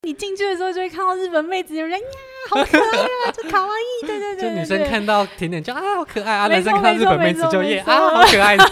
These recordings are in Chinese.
你进去的时候就会看到日本妹子，有人呀，好可爱啊，就卡哇伊，对对对， 就女生看到甜点就啊好可爱啊， 男生看到日本妹子就耶啊好可爱。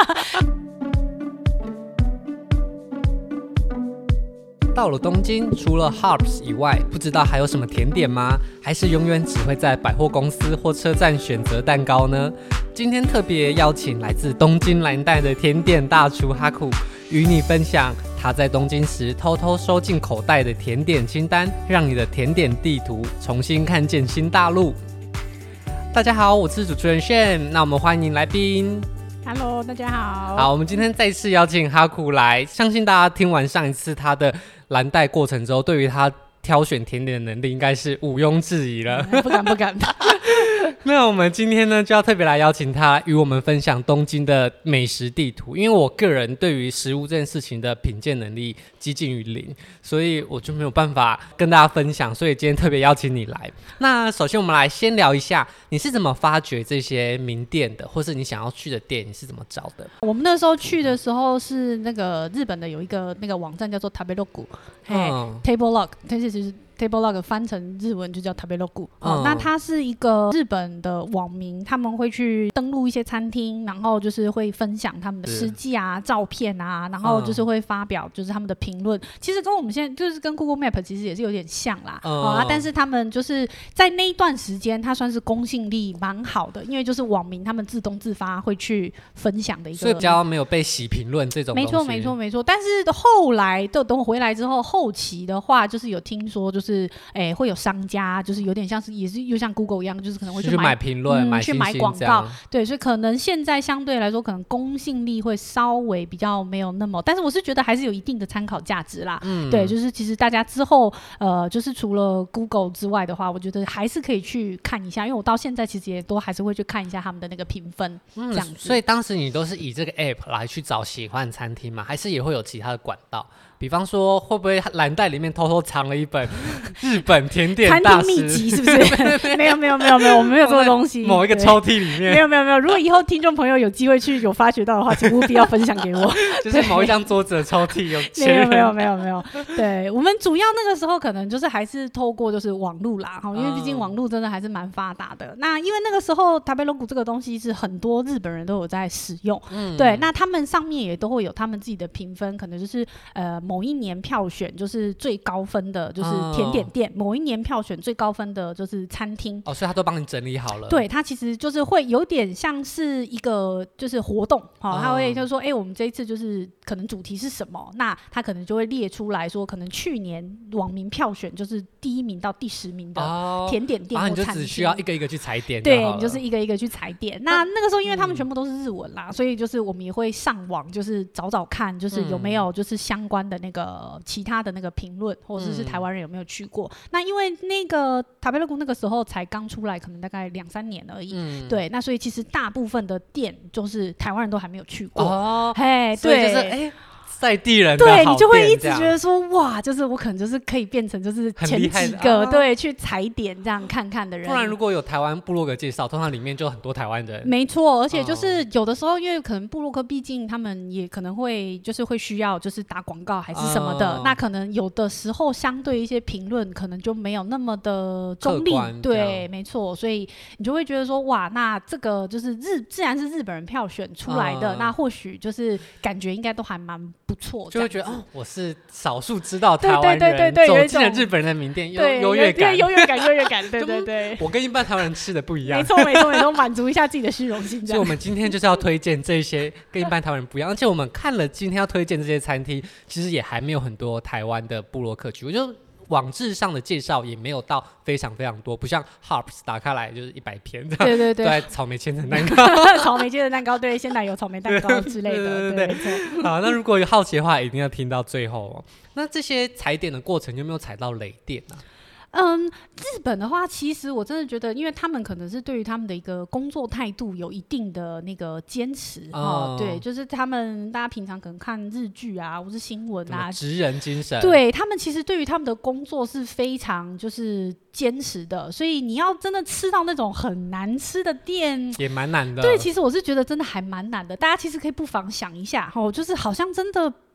到了东京，除了 Harps 以外，不知道还有什么甜点吗？还是永远只会在百货公司或车站选择蛋糕呢？今天特别邀请来自东京蓝带的甜点大厨哈库，与你分享他在东京时偷偷收进口袋的甜点清单，让你的甜点地图重新看见新大陆。大家好，我是主持人炫，那我们欢迎来宾。 Hello， 大家好。 好，我们今天再次邀请哈库来，相信大家听完上一次他的蓝带过程之后，对于他挑选甜点的能力应该是毋庸置疑了。 不敢。 那我们今天呢，就要特别来邀请他与我们分享东京的美食地图，因为我个人对于食物这件事情的品鉴能力几近于零，所以我就没有办法跟大家分享，所以今天特别邀请你来。那首先我们来先聊一下，你是怎么发掘这些名店的，或是你想要去的店，你是怎么找的？ 我们那时候去的时候是那个日本的有一个那个网站叫做 Tabelog， Tablelog， 它其实是Tablelog 翻成日文就叫 Tabelog，那它是一个日本的网民，他们会去登录一些餐厅，然后就是会分享他们的实际啊、照片啊，然后就是会发表就是他们的评论。其实跟我们现在就是跟 Google Map 其实也是有点像啦，但是他们就是在那一段时间，它算是公信力蛮好的，因为就是网民他们自动自发会去分享的一个， 所以比较没有被洗评论这种东西。 没错。但是后来等我回来之后，后期的话就是有听说就是。会有商家，就是有点像是也是又像 Google 一样，就是可能会去买评论、买星星，去买广告， 对，所以可能现在相对来说，可能公信力会稍微比较没有那么，但是我是觉得还是有一定的参考价值啦。对，就是其实大家之后就是除了 Google 之外的话，我觉得还是可以去看一下，因为我到现在其实也都还是会去看一下他们的那个评分，这样子。 所以当时你都是以这个 App 来去找喜欢的餐厅吗？还是也会有其他的管道？比方说，会不会蓝带里面偷偷藏了一本日本甜点大师餐厅秘籍？是不是？没有，我们没有这个东西。 某一个抽屉里面， 没有。如果以后听众朋友有机会去有发掘到的话，请务必要分享给我。 就是某一张桌子的抽屉有。 没有。对，我们主要那个时候可能就是还是透过就是网路啦，因为毕竟网路真的还是蛮发达的。那因为那个时候Tabelog这个东西是很多日本人都有在使用，对，那他们上面也都会有他们自己的评分，可能就是某一年票选就是最高分的就是甜点店，某一年票选最高分的就是餐厅。 所以他都帮你整理好了。 对，他其实就是会有点像是一个就是活动，他会就是说，我们这一次就是可能主题是什么，那他可能就会列出来说，可能去年网民票选就是第1名到第10名的甜点店或餐厅， 然后你就只需要一个一个去踩点。 对，你就是一个一个去踩点。那个时候因为他们全部都是日文啦，所以就是我们也会上网就是找看，就是有没有就是相关的那个其他的那个评论，或者是台湾人有没有去过。那因为那个Tabelog那个时候才刚出来，可能大概2-3年而已。对，那所以其实大部分的店就是台湾人都还没有去过。对， 所以就是在地人的好店， 对，你就会一直觉得说哇，就是我可能就是可以变成就是前几个对去踩点这样看看的人。 不然如果有台湾部落格介绍，通常里面就很多台湾人。 没错，而且就是有的时候，因为可能部落客毕竟他们也可能会就是会需要就是打广告还是什么的，那可能有的时候相对一些评论可能就没有那么的中立。对，没错，所以你就会觉得说哇，那这个就是自然是日本人票选出来的，那或许就是感觉应该都还蛮不错， 就会觉得我是少数知道台湾人走进了日本人的名店，优越感，对，我跟一般台湾人吃的不一样， 没错，满足一下自己的虚荣心。 所以我们今天就是要推荐这些跟一般台湾人不一样，而且我们看了今天要推荐这些餐厅，其实也还没有很多台湾的部落客区，我就网志上的介绍也没有到非常非常多，不像 Harps 打开来就是100篇， 对， 对，草莓千层蛋糕， 草莓千层蛋糕，对，鲜奶油草莓蛋糕之类的，对，没错。 好，那如果有好奇的话，一定要听到最后哦。那这些踩点的过程有没有踩到雷店啊？ 日本的话，其实我真的觉得，因为他们可能是对于他们的一个工作态度有一定的那个坚持对，就是他们大家平常可能看日剧啊，或是新闻啊， 职人精神， 对他们其实对于他们的工作是非常就是坚持的，所以你要真的吃到那种很难吃的店也蛮难的。 对，其实我是觉得真的还蛮难的，大家其实可以不妨想一下就是好像真的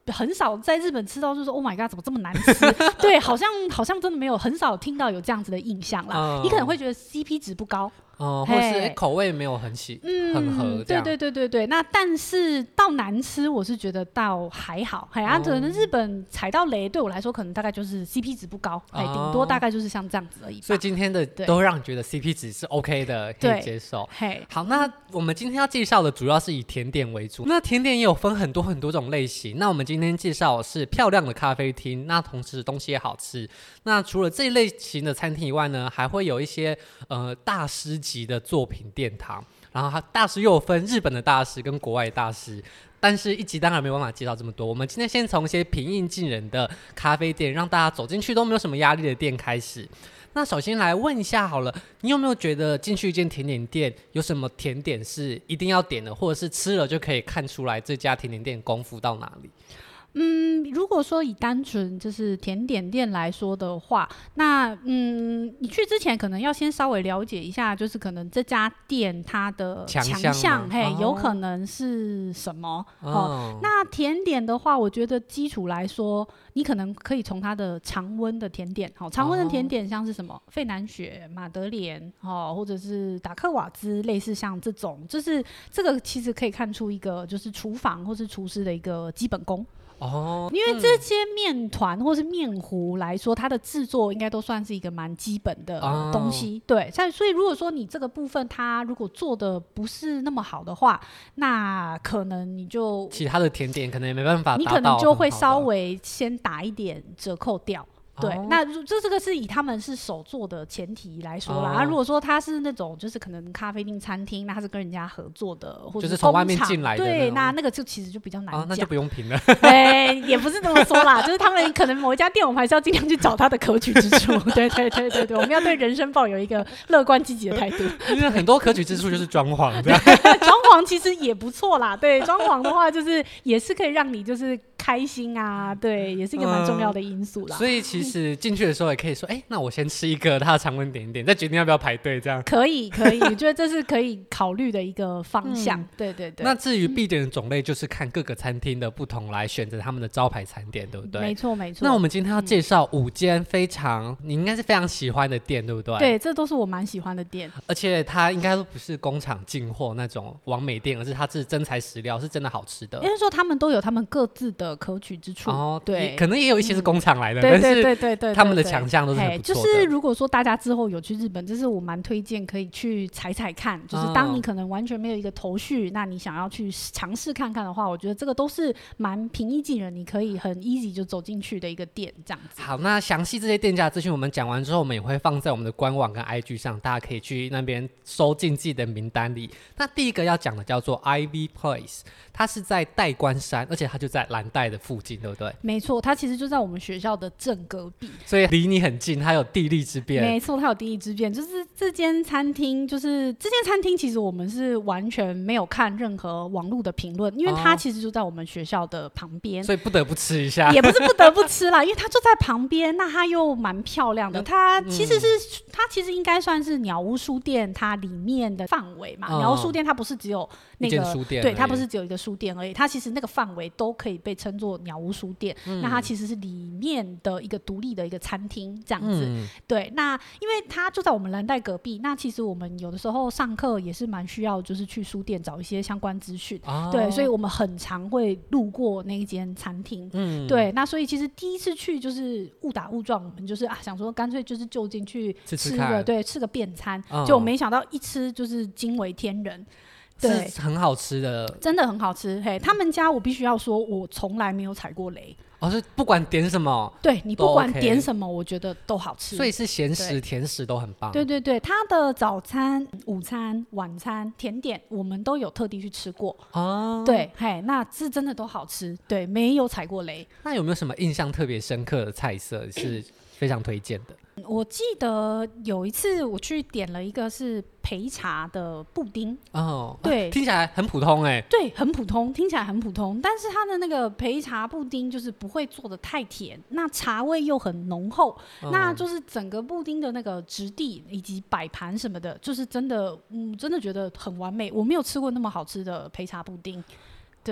很少在日本吃到就是说 Oh my god 怎么这么难吃对，好像真的没有，很少听到有这样子的印象啦。你可能会觉得 CP 值不高或是口味没有很很合这样。 对，那但是到难吃我是觉得倒还好，可能日本踩到雷对我来说可能大概就是 CP 值不高，顶多大概就是像这样子而已吧。 所以今天的都会让你觉得 CP 值是 OK 的，可以接受。好，那我们今天要介绍的主要是以甜点为主，那甜点也有分很多种类型。那我们今天介绍的是漂亮的咖啡厅，那同时东西也好吃。那除了这一类型的餐厅以外呢，还会有一些大师级的作品殿堂，然后大师又有分日本的大师跟国外的大师，但是一集当然没有办法介绍这么多。我们今天先从一些平易近人的咖啡店，让大家走进去都没有什么压力的店开始。那首先来问一下好了，你有没有觉得进去一间甜点店，有什么甜点是一定要点的，或者是吃了就可以看出来这家甜点店功夫到哪里？ 如果说以单纯就是甜点店来说的话，那你去之前可能要先稍微了解一下，就是可能这家店它的强项有可能是什么那甜点的话，我觉得基础来说，你可能可以从它的常温的甜点，常温的甜点像是什么费南雪、马德莲或者是达克瓦兹，类似像这种，就是这个其实可以看出一个就是厨房或是厨师的一个基本功。因为这些面团或是面糊来说，它的制作应该都算是一个蛮基本的东西，对。所以如果说你这个部分它如果做的不是那么好的话，那可能你就其他的甜点可能也没办法达到， 你可能就会稍微先打一点折扣掉。对，那这个是以他们是手做的前提来说啦。如果说他是那种就是可能咖啡厅、餐厅，那他是跟人家合作的，或者就是从外面进来的， 对，那个就其实就比较难讲。 那就不用评了。 也不是这么说啦，就是他们可能某一家店，我们还是要尽量去找他的可取之处。对，我们要对人生抱有一个乐观积极的态度。 因为很多可取之处就是装潢，这样装潢其实也不错啦。对，装潢的话就是也是可以让你就是开心啊，对，也是一个蛮重要的因素啦。 所以其实进去的时候也可以说，那我先吃一个它的常温点点，再决定要不要排队，这样可以，我觉得这是可以考虑的一个方向。对。 那至于必点的种类，就是看各个餐厅的不同来选择他们的招牌餐点，对不对？ 没错。 那我们今天要介绍5间你应该是非常喜欢的店，对不对？ 对，这都是我蛮喜欢的店， 而且它应该都不是工厂进货那种网美店，而是它是真材实料，是真的好吃的。 因为说他们都有他们各自的可取之处。 对，可能也有一些是工厂来的， 但是他们的强项都是很不错的。 就是如果说大家之后有去日本，这是我蛮推荐可以去踩看，就是当你可能完全没有一个头绪，那你想要去尝试看看的话，我觉得这个都是蛮平易近人，你可以很 easy 就走进去的一个店，这样子。 好，那详细这些店家资讯我们讲完之后，我们也会放在我们的官网跟 IG 上，大家可以去那边收进自己的名单里。那第一个要讲的叫做 Ivy Place， 它是在代官山，而且它就在蓝带的附近，对不对？ 没错，它其实就在我们学校的正隔壁， 所以离你很近，它有地利之便。 没错，它有地利之便，就是这间餐厅其实我们是完全没有看任何网络的评论，因为它其实就在我们学校的旁边， 所以不得不吃一下。 也不是不得不吃啦，因为它就在旁边，那它又蛮漂亮的。它其实应该算是鸟屋书店它里面的范围嘛。鸟屋书店它不是只有那个书店，对，它不是只有一个书店而已，它其实那个范围都可以被称作鸟屋书店。那它其实是里面的一个独立的一个餐厅这样子。对，那因为它就在我们蓝带隔壁，那其实我们有的时候上课也是蛮需要就是去书店找一些相关资讯。对，所以我们很常会路过那一间餐厅。对，那所以其实第一次去就是误打误撞，我们就是想说干脆就是就近去吃个便餐，就没想到一吃就是惊为天人。对， 是很好吃的， 真的很好吃。他们家我必须要说，我从来没有踩过雷。 是不管点什么， 对，你不管点什么，我觉得都好吃。 所以是咸食、甜食都很棒。 对，它的早餐、午餐、晚餐、甜点，我们都有特地去吃过。对，那是真的都好吃。对，没有踩过雷。 那有没有什么印象特别深刻的菜色是非常推荐的？ 我记得有一次我去点了一个是焙茶的布丁。对， 听起来很普通对，很普通，听起来很普通，但是它的那个焙茶布丁就是不会做的太甜，那茶味又很浓厚。那就是整个布丁的那个质地以及摆盘什么的，就是真的真的觉得很完美。我没有吃过那么好吃的焙茶布丁。对，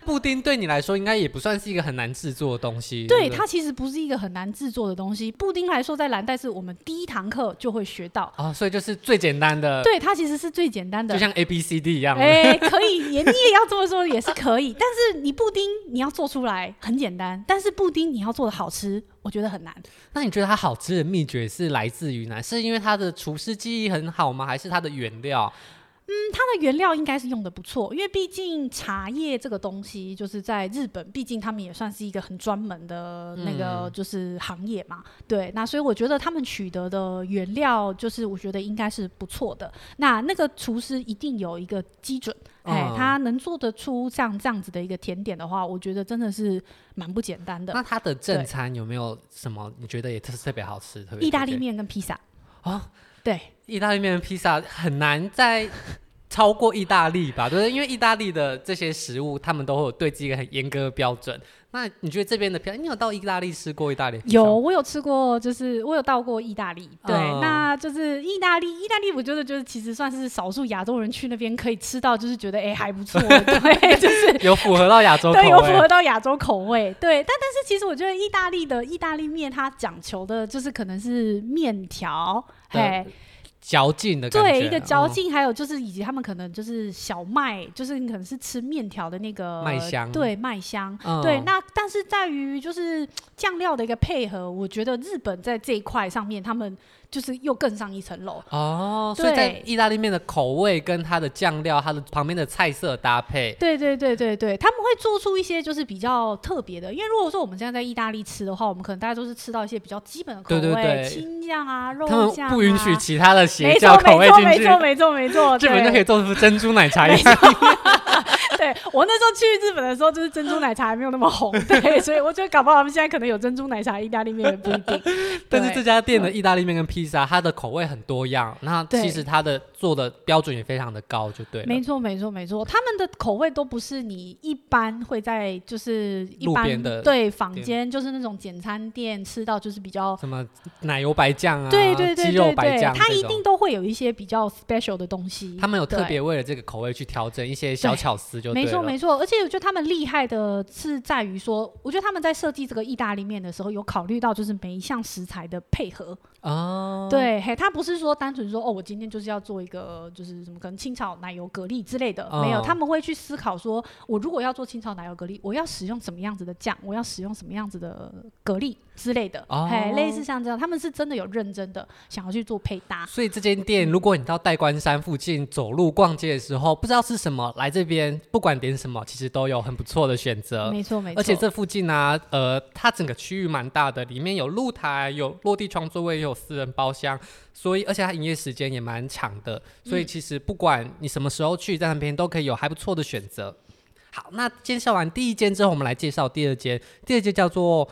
布丁对你来说应该也不算是一个很难制作的东西。 对，它其实不是一个很难制作的东西。布丁来说，在蓝带是我们第一堂课就会学到所以就是最简单的。 对，它其实是最简单的， 就像 ABCD 一样。 可以，你也要这么说也是可以。但是你布丁你要做出来很简单，但是布丁你要做的好吃，我觉得很难。 那你觉得它好吃的秘诀是来自于哪？是因为它的厨师技艺很好吗？还是它的原料？ 它的原料应该是用的不错，因为毕竟茶叶这个东西就是在日本，毕竟他们也算是一个很专门的那个就是行业嘛，对，那所以我觉得他们取得的原料就是我觉得应该是不错的。那个厨师一定有一个基准，他能做得出像这样子的一个甜点的话，我觉得真的是蛮不简单的。 那他的正餐有没有什么你觉得也特别好吃？特别意大利面跟披萨对， 意大利面跟披萨很难再超过意大利吧，对不对？因为意大利的这些食物，他们都会有对自己一个很严格的标准。那你觉得这边的你有到意大利吃过意大利？ 有，我有吃过，就是我有到过意大利。对，那就是意大利，我觉得就是其实算是少数亚洲人去那边可以吃到，就是觉得还不错，对，就是有符合到亚洲口味， 对，有符合到亚洲口味，对。但是其实我觉得意大利的意大利面，它讲求的就是可能是面条， 嚼劲的感觉， 对，一个嚼劲，还有就是以及他们可能就是小麦，就是你可能是吃面条的那个麦香， 对，麦香，对。那但是在于就是酱料的一个配合，我觉得日本在这一块上面，他们就是又更上一层楼所以在意大利面的口味跟它的酱料，它的旁边的菜色搭配， 对，他们会做出一些就是比较特别的。因为如果说我们现在在意大利吃的话，我们可能大家都是吃到一些比较基本的口味， 对， 青酱啊、肉酱他们不允许其他的邪教口味进去， 没错， 日本就可以做出珍珠奶茶一样。 对，我那时候去日本的时候，就是珍珠奶茶还没有那么红，对，所以我觉得搞不好他们现在可能有珍珠奶茶意大利面也不一定。 但是这家店的意大利面跟披萨，它的口味很多样，那其实它的做的标准也非常的高，就对了。 没错，他们的口味都不是你一般会在就是一般路边的对坊间就是那种简餐店吃到，就是比较什么奶油白酱啊， 对， 鸡肉白酱， 它一定都会有一些比较 special 的东西。 他们有特别为了这个口味去调整一些小巧思，就对了。 没错，而且我觉得他们厉害的是在于说，我觉得他们在设计这个意大利面的时候，有考虑到就是每一项食材的配合。对，他不是说单纯说我今天就是要做一个就是什么可能清炒奶油蛤蜊之类的，没有，他们会去思考说，我如果要做清炒奶油蛤蜊，我要使用什么样子的酱，我要使用什么样子的蛤蜊之类的，类似像这样，他们是真的有认真的想要去做配搭。 所以这间店，如果你到代官山附近走路逛街的时候，不知道吃什么，来这边不管点什么，其实都有很不错的选择。 没错， 而且这附近啊，它整个区域蛮大的，里面有露台，有落地窗座位，也有私人包厢，所以而且它营业时间也蛮长的，所以其实不管你什么时候去，在那边都可以有还不错的选择。好，那介绍完第一间之后，我们来介绍第二间。第二间叫做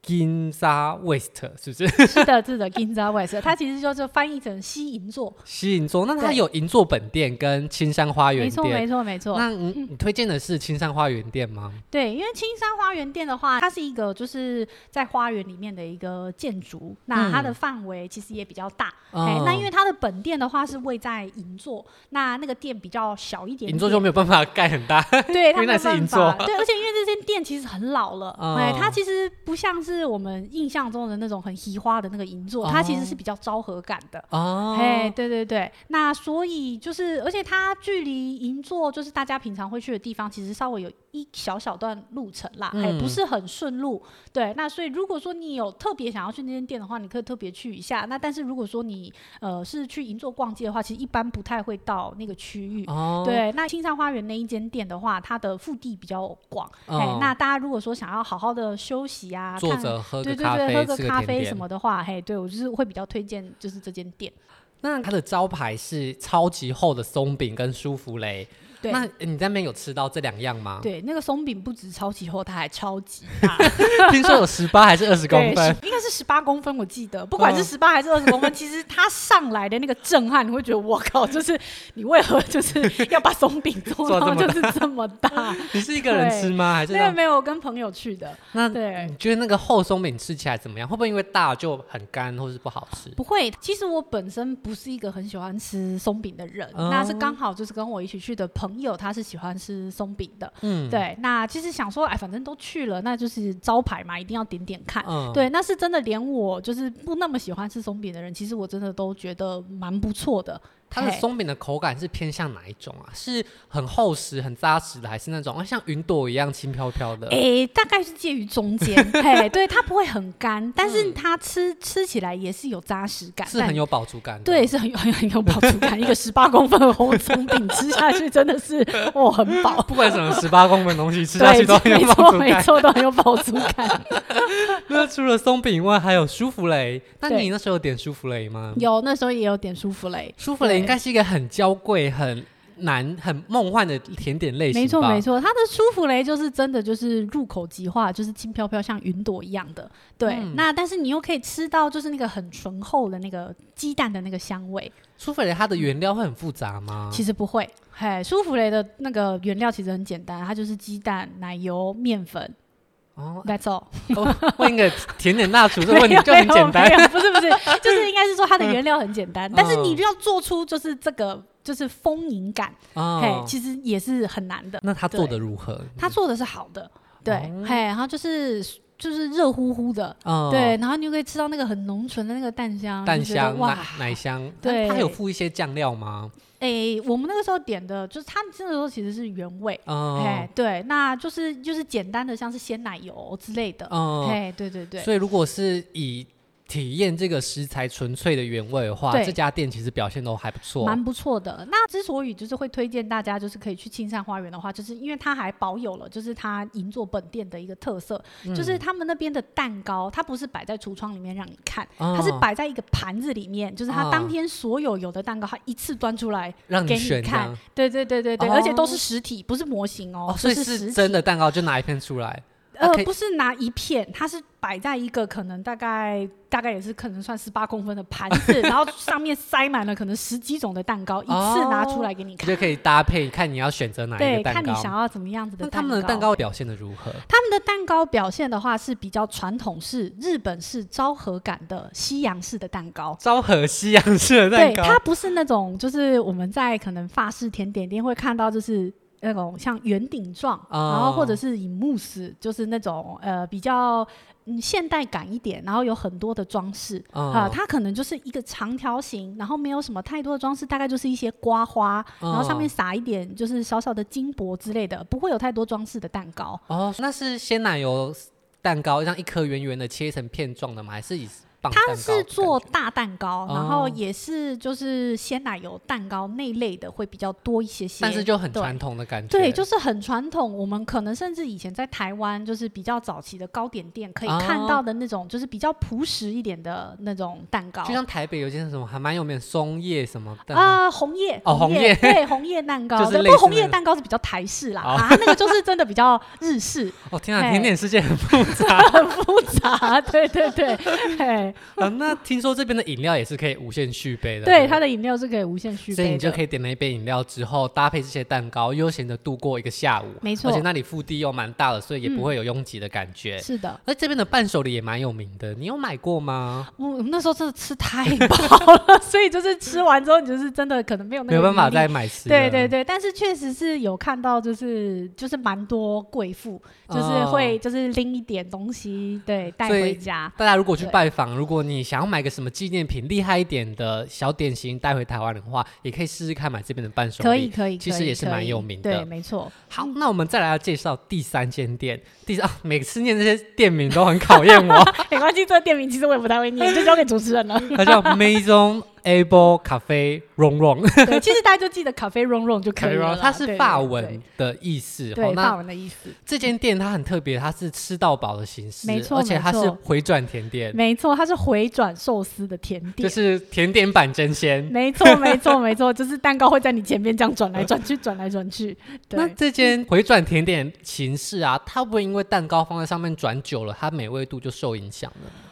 Ginza West， 是不是？是的 Ginza West， 它其实就是翻译成西银座。 那它有银座本店跟青山花园店。 没错。 那你推荐的是青山花园店吗？ 对，因为青山花园店的话，它是一个就是在花园里面的一个建筑，那它的范围其实也比较大。那因为它的本店的话是位在银座，那个店比较小一点， 银座就没有办法盖很大。 对， 因为那是银座。 对，而且因为这间店其实很老了，它其实不像是我们印象中的那种很稀花的那个银座，它其实是比较昭和感的。对，那所以就是而且它距离银座就是大家平常会去的地方，其实稍微有一小段路程啦，不是很顺路。对，那所以如果说你有特别想要去那间店的话，你可以特别去一下。那但是如果说你是去银座逛街的话，其实一般不太会到那个区域。对，那青山花园那一间店的话，它的腹地比较广。那大家如果说想要好好的休息啊， 坐着喝个咖啡什么的话，对，我就是会比较推荐就是这间店。 那它的招牌是超级厚的松饼跟舒芙蕾。 对， 那你在那边有吃到这两样吗？ 对，那个松饼不止超级厚，它还超级大。 听说有18还是20公分？ 应该是18公分，我记得。不管是18还是20公分，其实它上来的那个震撼，你会觉得我靠，就是你为何就是要把松饼做到就是这么大？ 你是一个人吃吗？还是没有，我跟朋友去的。 那对， 你觉得那个厚松饼吃起来怎么样？会不会因为大就很干，或是不好吃？ 不会，其实我本身不是一个很喜欢吃松饼的人，那是刚好就是跟我一起去的朋朋友他是喜欢吃松饼的，对，那其实想说反正都去了，那就是招牌嘛，一定要点点看，对，那是真的连我就是不那么喜欢吃松饼的人，其实我真的都觉得蛮不错的。 它的松饼的口感是偏向哪一种啊？是很厚实很扎实的，还是那种像云朵一样轻飘飘的？ 大概是介于中间对，它不会很干，但是它吃起来也是有扎实感， 是很有饱足感的。 对，是很有饱足感一个18公分的红松饼吃下去真的是很饱， 不管什么18公分的东西吃下去都很有饱足感， 没错，都很有饱足感。 那除了松饼以外还有舒芙蕾，那你那时候有点舒芙蕾吗？ 有，那时候也有点舒芙蕾。 舒芙蕾应该是一个很娇贵很难很梦幻的甜点类型吧。 没错没错，它的舒芙蕾就是真的就是入口即化，就是轻飘飘像云朵一样的，对，那但是你又可以吃到就是那个很醇厚的那个鸡蛋的那个香味。 舒芙蕾它的原料会很复杂吗？ 其实不会，舒芙蕾的那个原料其实很简单，它就是鸡蛋、奶油、面粉。That's all。 问一个甜点大厨，这个问题就很简单。 不是，就是应该是说它的原料很简单，但是你要做出就是这个就是丰盈感，其实也是很难的。 那他做的如何？ 他做的是好的，对，然后就是热乎乎的，对，然后你就可以吃到那个很浓醇的那个蛋香， 奶香。 对， 它有附一些酱料吗？ 我们那个时候点的就是它那个时候其实是原味，对，那就是简单的像是鲜奶油之类的，对。 所以如果是以体验这个食材纯粹的原味的话，这家店其实表现都还不错， 蛮不错的。那之所以就是会推荐大家就是可以去青山花园的话，就是因为它还保有了就是它银座本店的一个特色，就是他们那边的蛋糕它不是摆在橱窗里面让你看，它是摆在一个盘子里面，就是它当天所有的蛋糕它一次端出来给你看，对，而且都是实体，不是模型所以是真的蛋糕就拿一片出来。 不是拿一片，它是摆在一个可能大概也是可能算18公分的盘子，然后上面塞满了可能10几种的蛋糕，一次拿出来给你看， 就可以搭配看你要选择哪一个蛋糕， 对，看你想要怎么样子的蛋糕。 那他们的蛋糕表现的如何？ 他们的蛋糕表现的话是比较传统式日本式昭和感的西洋式的蛋糕， 昭和西洋式的蛋糕， 对，它不是那种就是我们在可能法式甜点店会看到就是那种像圆顶状，然后或者是以慕斯，就是那种比较现代感一点，然后有很多的装饰它可能就是一个长条形，然后没有什么太多的装饰，大概就是一些刮花，然后上面撒一点就是小小的金箔之类的，不会有太多装饰的蛋糕。 那是鲜奶油蛋糕，像一颗圆圆的切成片状的吗？还是以它是做大蛋糕，然后也是就是鲜奶油蛋糕那类的会比较多一些， 但是就很传统的感觉。 对，就是很传统。我们可能甚至以前在台湾就是比较早期的糕点店可以看到的那种，就是比较朴实一点的那种蛋糕。 就像台北有件什么还蛮有名的松叶什么红叶对，红叶蛋糕。 就是不过红叶蛋糕是比较台式啦，那个就是真的比较日式。 天啊，甜点世界很复杂， 很复杂。对。 那听说这边的饮料也是可以无限续杯的。 对，它的饮料是可以无限续杯的， 所以你就可以点了一杯饮料之后搭配这些蛋糕，悠闲的度过一个下午。 没错， 而且那里腹地又蛮大的，所以也不会有拥挤的感觉。 是的。 而这边的伴手礼也蛮有名的，你有买过吗？ 我那时候真的吃太饱了，所以就是吃完之后你就是真的可能没有办法再买吃。 对，但是确实是有看到就是蛮多贵妇就是会就是拎一点东西对带回家。 大家如果去拜访，如果你想要买个什么纪念品厉害一点的小点心带回台湾的话，也可以试试看买这边的伴手礼。 可以， 其实也是蛮有名的。 对，没错。 好，那我们再来要介绍第3间店。每次念这些店名都很考验我。 没关系，这个店名其实我也不太会念，就交给主持人了。 它叫 Maison Able Cafe Ronron。 对，其实大家就记得 Cafe Ronron 就可以了。 它是法文的意思。 对，法文的意思。 这间店它很特别，它是吃到饱的形式， 没错， 而且它是回转甜点。 没错，它是回转寿司的甜点， 就是甜点版真鲜。 没错，就是蛋糕会在你前面这样转来转去。 那这间回转甜点形式啊，它不会因为蛋糕放在上面转久了，它美味度就受影响了？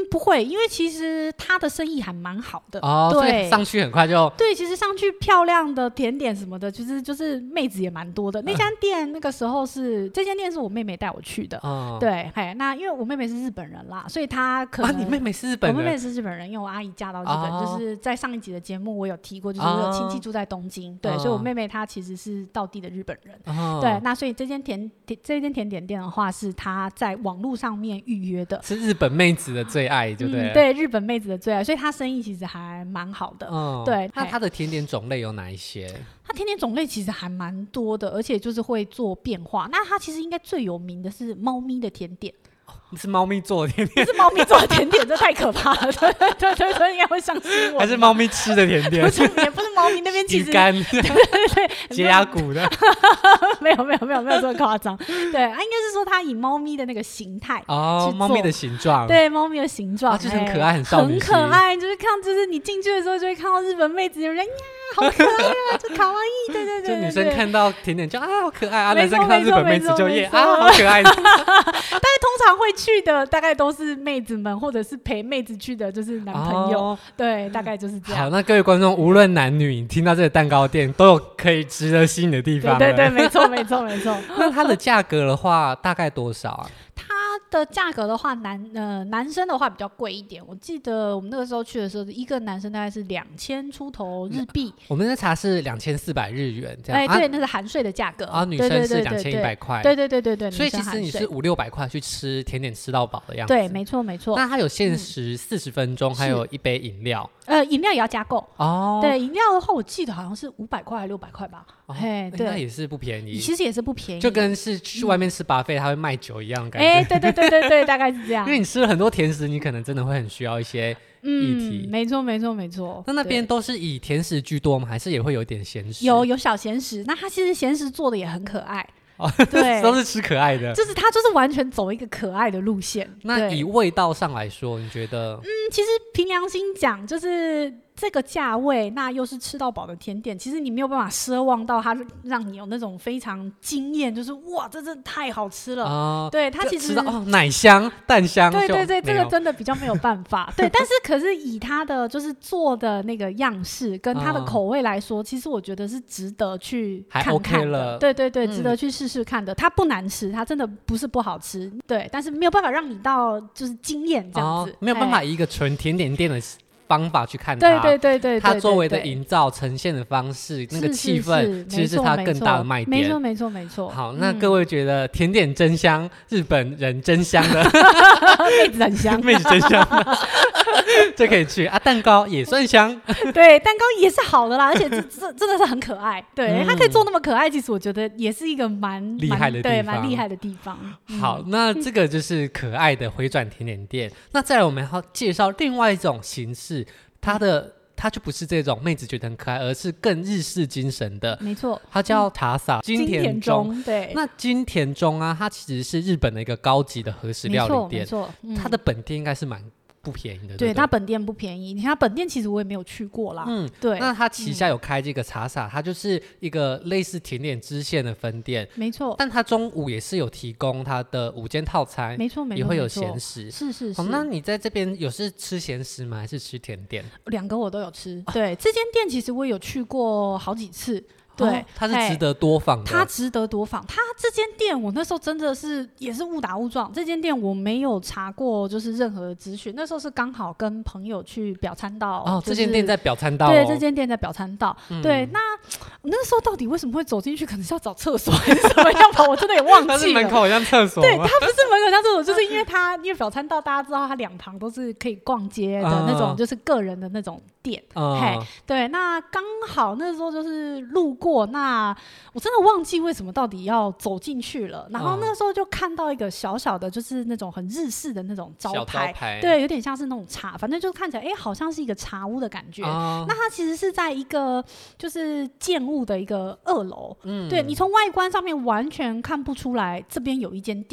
不会，因为其实他的生意还蛮好的哦， 对， 所以上去很快就对，其实上去漂亮的甜点什么的，就是妹子也蛮多的。那家店那个时候这间店是我妹妹带我去的，对，那因为我妹妹是日本人啦，所以她可能你妹妹是日本人， 我妹妹是日本人，因为我阿姨嫁到日本，就是在上一集的节目我有提过，就是我有亲戚住在东京，对，所以我妹妹她其实是道地的日本人，对，那所以这间甜点店的话是她在网络上面预约的， 是日本妹子的最爱，对不对？ 对，日本妹子的最爱，所以她生意其实还蛮好的。对， 那她的甜点种类有哪一些？ 它甜点种类其实还蛮多的，而且就是会做变化。那它其实应该最有名的是猫咪的甜点。 是猫咪做的甜点， 是猫咪做的甜点，这太可怕了。对，应该会上新闻。 还是猫咪吃的甜点？ 也不是猫咪那边其实鱼干， 对， 解压骨的， 没有这么夸张。对，应该是说它以猫咪的那个形态猫咪的形状， 对，猫咪的形状， 就是很可爱，很少女心， 很可爱。就是你进去的时候就会看到日本妹子有人呀，好可爱啊，就卡哇伊，对， 就女生看到甜点就好可爱啊，男生看到日本妹子就耶好可爱。 但是通常会去的大概都是妹子们，或者是陪妹子去的，就是男朋友，对，大概就是这样。 好，那各位观众，无论男女，你听到这个蛋糕店都有可以值得吸引的地方。 对，没错。 那它的价格的话，大概多少啊？ 它的价格的话，男生的话比较贵一点。我记得我们那个时候去的时候，一个男生大概是2000出头日币。 我们在查是2400日元这样。 对，那是含税的价格。 女生是2100块。 对。 所以其实你是500-600块去吃甜点吃到饱的样子。 对，没错。 那它有限时40分钟，还有一杯饮料。 饮料也要加购对，饮料的话，我记得好像是500块还是600块吧。对， 那也是不便宜。 其实也是不便宜， 就跟是去外面吃 buffet，他会卖酒一样的感觉。 对，大概是这样。 因为你吃了很多甜食，你可能真的会很需要一些议题。 没错。 那边都是以甜食居多吗？还是也会有一点咸食？ 有小咸食。那它其实咸食做的也很可爱。对， 都是吃可爱的， 就是它就是完全走一个可爱的路线。 那以味道上来说，你觉得？ 其实凭良心讲，就是这个价位，那又是吃到饱的甜点，其实你没有办法奢望到它让你有那种非常惊艳，就是哇，这真的太好吃了。对，它其实吃到奶香、蛋香， 对，这个真的比较没有办法。对，但是可是以它的就是做的那个样式跟它的口味来说，其实我觉得是值得去看看的。对，值得去试试看的。它不难吃，它真的不是不好吃。对，但是没有办法让你到就是惊艳这样子， 没有办法以一个纯甜点店的方法去看它。 对， 它周围的营造呈现的方式，那个气氛其实是它更大的卖点。 没错。 好，那各位觉得甜点真香，日本人真香的妹子很香， 妹子真香就可以去啊。蛋糕也算香， 对，蛋糕也是好的啦，而且这真的是很可爱。对，它可以做那么可爱，其实我觉得也是一个蛮厉害的地方， 蛮厉害的地方。 好，那这个就是可爱的回转甜点店。那再来我们要介绍另外一种形式，它就不是这种妹子觉得很可爱，而是更日式精神的。 没错， 它叫塔萨金田中。 对， 那金田中啊，它其实是日本的一个高级的和食料理店。 没错， 它的本店应该是蛮不便宜的。 对，它本店不便宜。你看它本店其实我也没有去过啦。对。 那它旗下有开这个茶洒，它就是一个类似甜点支线的分店。 没错。 但它中午也是有提供它的午间套餐。 没错。 也会有咸食。 是。 那你在这边有是吃咸食吗？还是吃甜点？ 两个我都有吃。对，这间店其实我有去过好几次。对， 它是值得多访的。 它值得多访。它这间店我那时候真的是也是误打误撞，这间店我没有查过就是任何的资讯，那时候是刚好跟朋友去表参道。 这间店在表参道。 对，这间店在表参道。对，那我那时候到底为什么会走进去？可能是要找厕所还是怎么样吧？我真的也忘记了。 它是门口像厕所吗？ 对，它不是门口像厕所，就是因为表参道大家知道它两旁都是可以逛街的那种，就是个人的那种店。对，那刚好那时候就是路过，那我真的忘记为什么到底要走进去了。然后那时候就看到一个小小的，就是那种很日式的那种招牌，对，有点像是那种茶，反正就看起来好像是一个茶屋的感觉。那它其实是在一个就是建物的一个2楼。对，你从外观上面完全看不出来这边有一间店。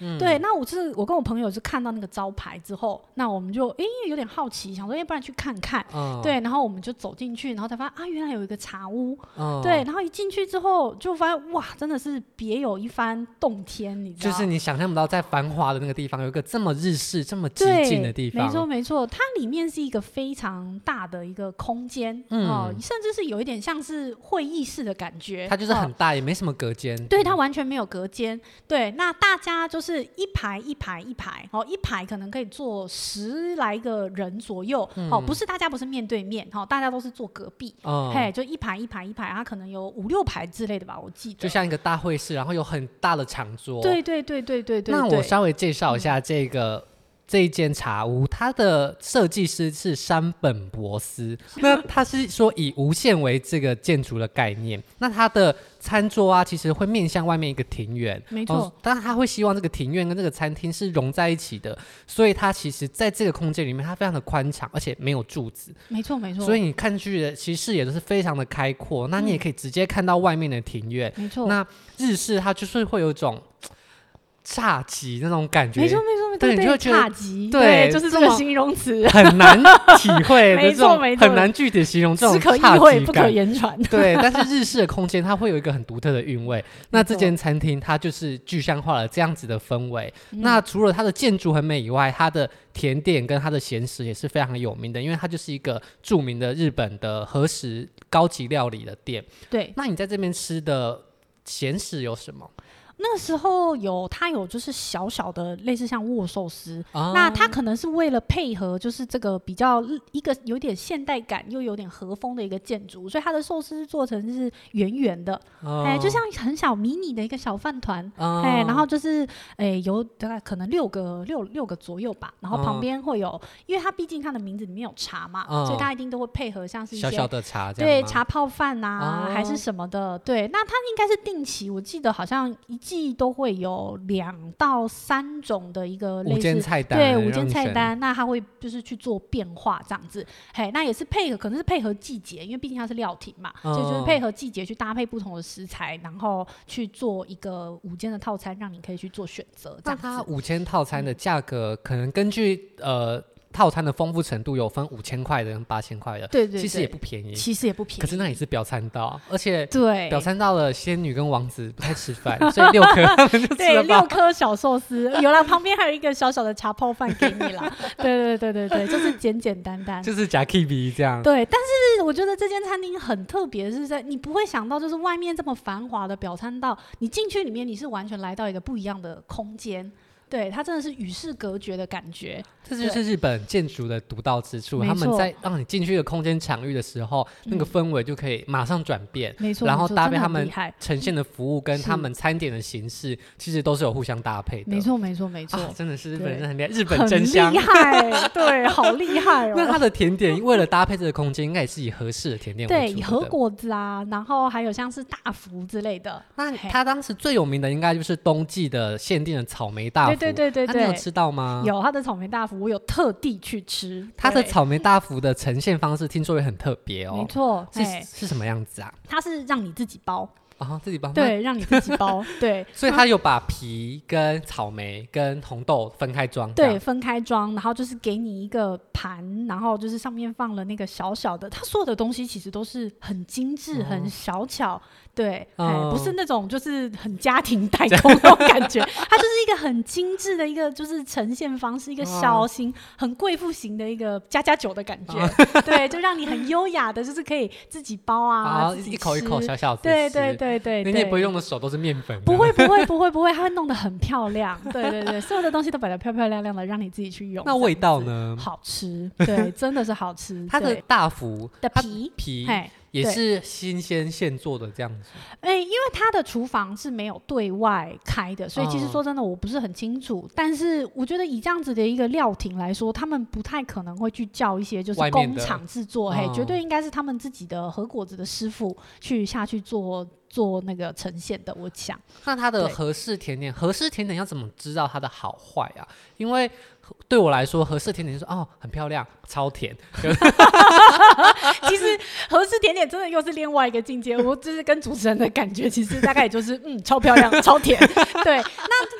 对，那我跟我朋友是看到那个招牌之后，那我们就有点好奇，想说不然去看看。对，然后我们就走进去，然后才发现原来有一个茶屋。对，然后一进去之后就发现哇，真的是别有一番洞天，你知道， 就是你想象不到在繁华的那个地方有一个这么日式这么激进的地方。 没错没错，它里面是一个非常大的一个空间，甚至是有一点像是会议室的感觉。 它就是很大，也没什么隔间。 对，它完全没有隔间。对，那大家就是一排一排一排，一排可能可以坐10来个人左右。不是大家不是面对面，大家都是坐隔壁。就一排一排一排，它可能有5、6排之类的吧，我记得。 就像一个大会室，然后有很大的长桌。 对对对对对对。 那我稍微介绍一下这一间茶屋，它的设计师是山本博司。那他是说以无限为这个建筑的概念，那它的餐桌啊，其实会面向外面一个庭院， 没错。 但他会希望这个庭院跟这个餐厅是融在一起的，所以它其实在这个空间里面，它非常的宽敞，而且没有柱子。 没错没错。 所以你看去的其实视野都是非常的开阔，那你也可以直接看到外面的庭院。 没错。 那日式它就是会有一种侘寂那种感觉。 没错没错， 对，你就会觉得侘寂，对，就是这个形容词很难体会的这种很难具体形容这种只可意会不可言传。 对，但是日式的空间它会有一个很独特的韵味。那这间餐厅它就是具象化了这样子的氛围。那除了它的建筑很美以外，它的甜点跟它的咸食也是非常有名的，因为它就是一个著名的日本的和食高级料理的店。 对， 那你在这边吃的咸食有什么？ 那时候它有就是小小的类似像握寿司，那它可能是为了配合就是这个比较一个有点现代感又有点和风的一个建筑，所以它的寿司做成是圆圆的，就像很小迷你的一个小饭团，然后就是有大概可能六个左右吧，然后旁边会有，因为它毕竟它的名字里面有茶嘛，所以它一定都会配合像是一些小小的茶这样， 对，茶泡饭啊，还是什么的。对，那它应该是定期，我记得好像一季都会有2到3种的一个类似 5间菜单， 对，5间菜单，那它会就是去做变化这样子。那也是可能是配合季节，因为毕竟它是料亭嘛，所以就是配合季节去搭配不同的食材，然后去做一个5间的套餐，让你可以去做选择。 那它5间套餐的价格可能根据套餐的丰富程度有分5000块的跟8000块的， 对， 其实也不便宜， 可是那也是表参道，而且对表参道的仙女跟王子不太吃饭，所以6颗他们就吃了吧。 对，6颗小寿司，有了旁边还有一个小小的茶泡饭给你啦。对，就是简简单单， 就是假 KB 这样。 对，但是我觉得这间餐厅很特别，是在你不会想到，就是外面这么繁华的表参道，你进去里面你是完全来到一个不一样的空间。对，它真的是与世隔绝的感觉。 这就是日本建筑的独到之处，他们在让你进去的空间场域的时候，那个氛围就可以马上转变， 没错， 然后搭配他们呈现的服务跟他们餐点的形式，其实都是有互相搭配的。 没错， 真的是日本人很厉害，日本真香， 很厉害，对，好厉害哦。 那它的甜点为了搭配这个空间，应该也是以和式的甜点为主， 对，以和果子啊，然后还有像是大福之类的。 那它当时最有名的应该就是冬季的限定的草莓大福， 对， 你有吃到吗？ 有，它的草莓大福我有特地去吃。 它的草莓大福的呈现方式听说也很特别哦。 没错， 是什么样子啊？ 它是让你自己包。 自己包， 对，让你自己包，对， 所以他有把皮跟草莓跟红豆分开装， 对，分开装，然后就是给你一个盘，然后就是上面放了那个小小的，它所有的东西其实都是很精致、很小巧，对，不是那种就是很家庭代工那种感觉，它就是一个很精致的一个就是呈现方式，一个小型、很贵妇型的一个++9的感觉，对，就让你很优雅的，就是可以自己包啊，自己吃， 一口一口小小的， 对， 你也不会用的手都是面粉， 不会，它会弄得很漂亮，对，所有的东西都摆得漂漂亮亮的，让你自己去用。 那味道呢？ 好吃，对，真的是好吃。 它的大福的皮也是新鲜现做的这样子。 因为它的厨房是没有对外开的，所以其实说真的我不是很清楚，但是我觉得以这样子的一个料亭来说，他们不太可能会去叫一些就是工厂制作，绝对应该是他们自己的和果子的师傅下去做那个呈现的，我想。 那它的和式甜点要怎么知道它的好坏啊？因为对我来说，和式甜点就是很漂亮，超甜。 其实和式甜点真的又是另外一个境界，我就是跟主持人的感觉，其实大概也就是超漂亮，超甜。对，那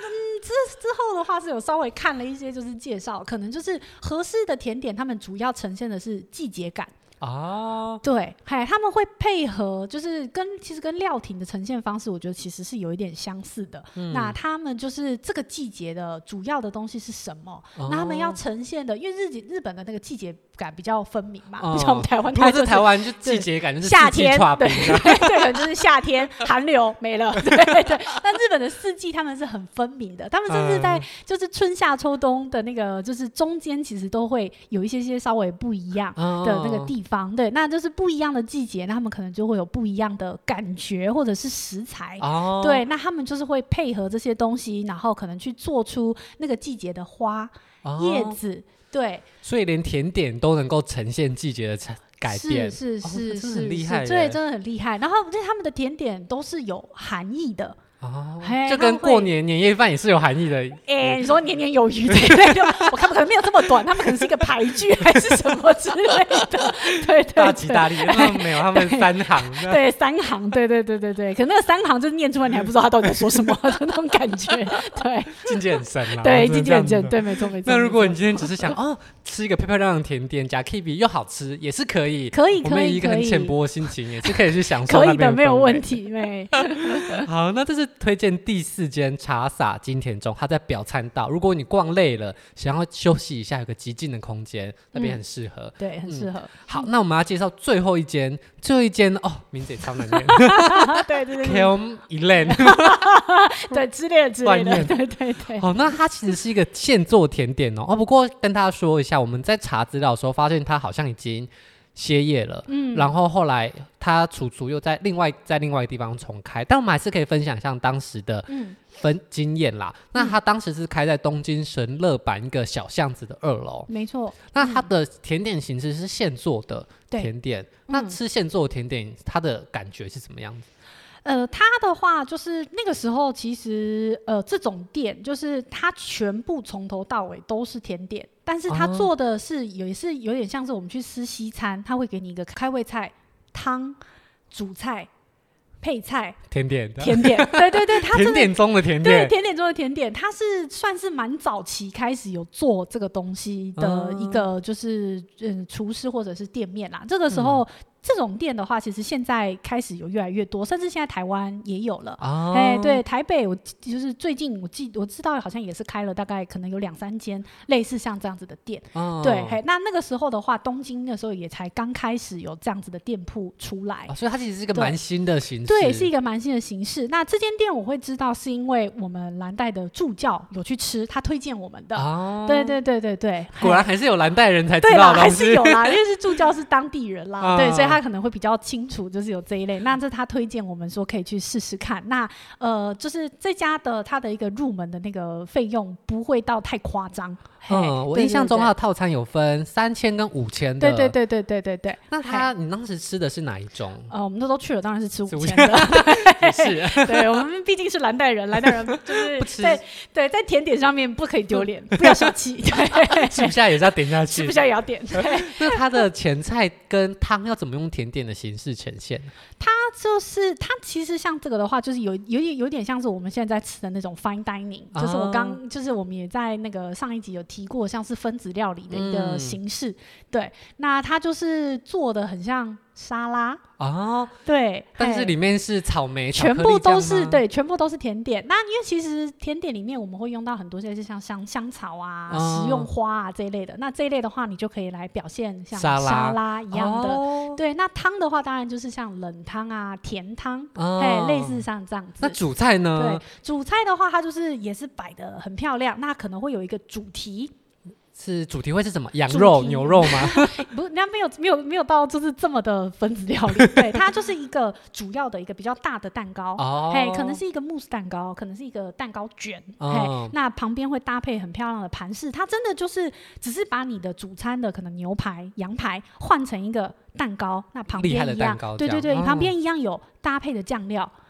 之后的话是有稍微看了一些就是介绍，可能就是和式的甜点，他们主要呈现的是季节感。对，他们会配合，就是其实跟料亭的呈现方式，我觉得其实是有一点相似的。那他们就是这个季节的主要的东西是什么？那他们要呈现的，因为日本的那个季节感比较分明嘛，不像我们台湾， 如果是台湾就季节感就是夏天， 对， 可能就是夏天寒流没了，对。但日本的四季他们是很分明的，他们甚至在就是春夏秋冬的那个就是中间，其实都会有一些稍微不一样的那个地方。对，那就是不一样的季节，那他们可能就会有不一样的感觉或者是食材。对，那他们就是会配合这些东西，然后可能去做出那个季节的花、叶子。对， 所以连甜点都能够呈现季节的改变， 是真的很厉害， 对，真的很厉害。然后他们的甜点都是有含义的。 就跟过年年夜饭也是有含义的。 你说年年有余，对，我看可能没有这么短，他们可能是一个牌句还是什么之类的，对， 大吉大利。他们没有，他们3行， 对，3行，对，可能那个3行就是念出来你还不知道他到底在说什么的那种感觉，对， 境界很深啦， 对，境界很深，对，没错。 那如果你今天只是想吃一个漂漂亮亮的甜点，加 KB 又好吃，也是可以，我们以一个很浅薄的心情也是可以去享受， 可以的，没有问题。 好，那这是推荐第4间茶洒金田中，它在表参道。如果你逛累了，想要休息一下，有个极静的空间，那边很适合。 对，很适合。 好，那我们要介绍最后一间名字也超难念。 对 Kelm Elen 对，之类的，对。 好，那它其实是一个现做甜点不过跟大家说一下，我们在查资料的时候发现它好像已经歇业了，然后后来他楚楚又在另外一个地方重开，但我们还是可以分享像当时的经验啦。那他当时是开在东京神乐坂一个小巷子的2楼， 没错。 那他的甜点形式是现做的甜点，那吃现做的甜点，它的感觉是什么样子？ 它的话就是那个时候，其实这种店就是它全部从头到尾都是甜点，但是它做的也是有点像是我们去吃西餐，它会给你一个开胃菜、汤、主菜、配菜、甜点，对，它甜点中的甜点， 对，甜点中的甜点，它是算是蛮早期开始有做这个东西的一个就是厨师或者是店面啦。这个时候这种店的话，其实现在开始有越来越多，甚至现在台湾也有了。对，台北我就是最近我知道好像也是开了大概可能有2-3间类似像这样子的店。对，那个时候的话，东京那时候也才刚开始有这样子的店铺出来， 所以它其实是一个蛮新的形式。 对，是一个蛮新的形式。那这间店我会知道，是因为我们蓝带的助教有去吃，他推荐我们的。对， 果然还是有蓝带人才知道的东西。 还是有啦，因为助教是当地人啦，对，所以他可能会比较清楚，就是有这一类。那这他推荐我们说可以去试试看。那就是这家的他的一个入门的那个费用不会到太夸张。 我印象中他的套餐有分3000跟5000的。 对。 那你当时吃的是哪一种？ 我们都去了，当然是吃5000的。是，对，我们毕竟是蓝带人就是不吃。 对，在甜点上面不可以丢脸，不要小气。 吃不下也是要点下去， 吃不下也要点。 那他的前菜跟汤要怎么用甜点的形式呈现？ 它其实像这个的话，就是有点像是我们现在在吃的那种 fine dining，就是我们也在那个上一集有提过，像是分子料理的一个形式。对，那它就是做的很像沙拉对， 但是里面是草莓， 全部都是对，全部都是甜点。那因为其实甜点里面我们会用到很多些是像香草啊、食用花啊这一类的。那这一类的话，你就可以来表现像沙拉一样的。对，那汤的话，当然就是像冷汤啊、甜汤，类似像这样子。 那主菜呢？ 对，主菜的话，它就是也是摆得很漂亮。那可能会有一个主题。 主题会是什么？羊肉、牛肉吗？ 不，人家没有到就是这么的分子料理。对，它就是一个主要的一个比较大的蛋糕，可能是一个慕斯蛋糕，可能是一个蛋糕卷，那旁边会搭配很漂亮的盘饰。它真的就是只是把你的主餐的可能牛排、羊排换成一个蛋糕，那旁边一样，对，旁边一样有搭配的酱料。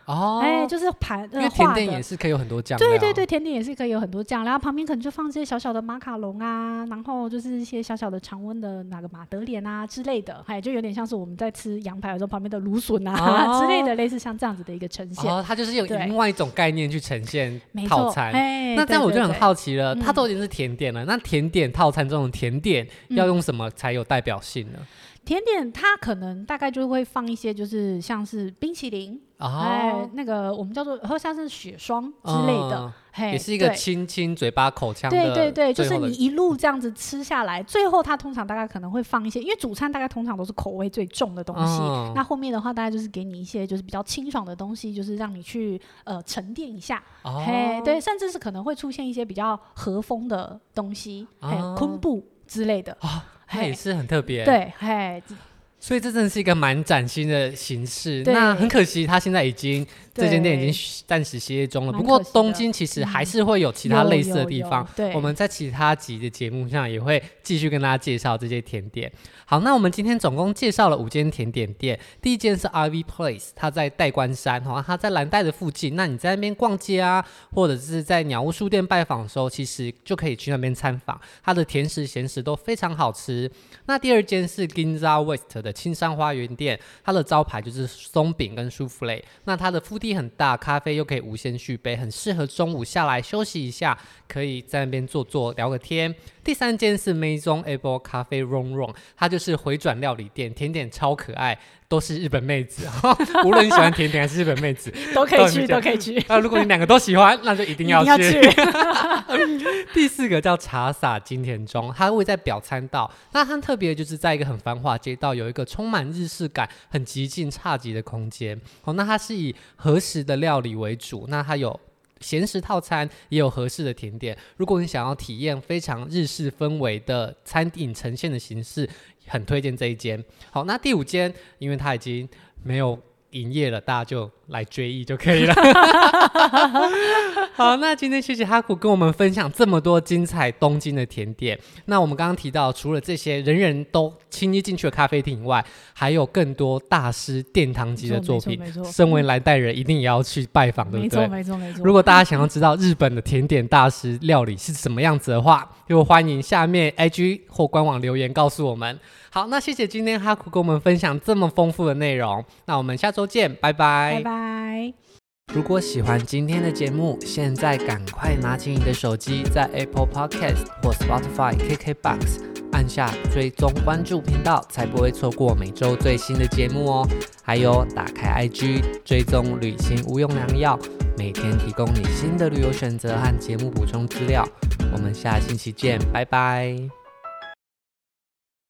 就是盘因为甜点也是可以有很多酱料。 对对对，甜点也是可以有很多酱料，然后旁边可能就放这些小小的马卡龙啊，然后就是一些小小的常温的那个马德莲啊之类的，就有点像是我们在吃羊排的时候旁边的芦笋啊、之类的，类似像这样子的一个呈现。 它就是用另外一种概念去呈现套餐。那这样我就很好奇了，它都已经是甜点了，那甜点套餐这种甜点要用什么才有代表性呢？ 甜点它可能大概就会放一些，就是像是冰淇淋，那个我们叫做或像是雪霜之类的， 也是一个轻轻嘴巴口腔的。 对对对，就是你一路这样子吃下来，最后它通常大概可能会放一些，因为主餐大概通常都是口味最重的东西，那后面的话大概就是给你一些就是比较清爽的东西，就是让你去沉淀一下。对，甚至是可能会出现一些比较和风的东西，昆布之类的。 它也是很特别。 对， 所以这真的是一个蛮崭新的形式。那很可惜，它现在这间店已经暂时歇业中了。不过东京其实还是会有其他类似的地方，我们在其他集的节目上也会继续跟大家介绍这些甜点。好，那我们今天总共介绍了5间甜点店。第一间是 RV Place， 它在代官山，它在蓝带的附近。那你在那边逛街啊，或者是在鸟屋书店拜访的时候，其实就可以去那边参访。它的甜食咸食都非常好吃。那第二间是 Ginza West 的青山花园店，它的招牌就是松饼跟舒芙蕾。那它的腹地很大，咖啡又可以无限续杯，很适合中午下来休息一下，可以在那边坐聊个天。第三间是 Maison Able 咖啡 Ron， 它就是回转料理店，甜点超可爱，都是日本妹子无论你喜欢甜点还是日本妹子都可以去。 如果你2个都喜欢，那就一定要去。第4个叫茶洒金田中，它位在表参道。那它特别就是在一个很繁华街道，有一个充满日式感、很极尽侘寂的空间。那它是以和食的料理为主，那它有咸食套餐，也有合适的甜点。如果你想要体验非常日式氛围的餐饮呈现的形式，很推荐这一间。好，那第5间因为它已经没有营业了，大家就来追忆就可以了。好，那今天谢谢哈库跟我们分享这么多精彩东京的甜点。那我们刚刚提到，除了这些人人都轻易进去的咖啡厅以外，还有更多大师殿堂级的作品。身为蓝带人，一定也要去拜访，对不对？ 没错。 如果大家想要知道日本的甜点大师料理是什么样子的话，就欢迎下面 IG 或官网留言告诉我们。好，那谢谢今天哈库跟我们分享这么丰富的内容。那我们下周见，拜拜。 拜拜。 如果喜欢今天的节目，现在赶快拿起你的手机，在 Apple Podcast 或 Spotify、KKBox 按下追踪关注频道，才不会错过每周最新的节目哦。还有打开 IG 追踪旅行无用良药，每天提供你新的旅游选择和节目补充资料。我们下星期见，拜拜。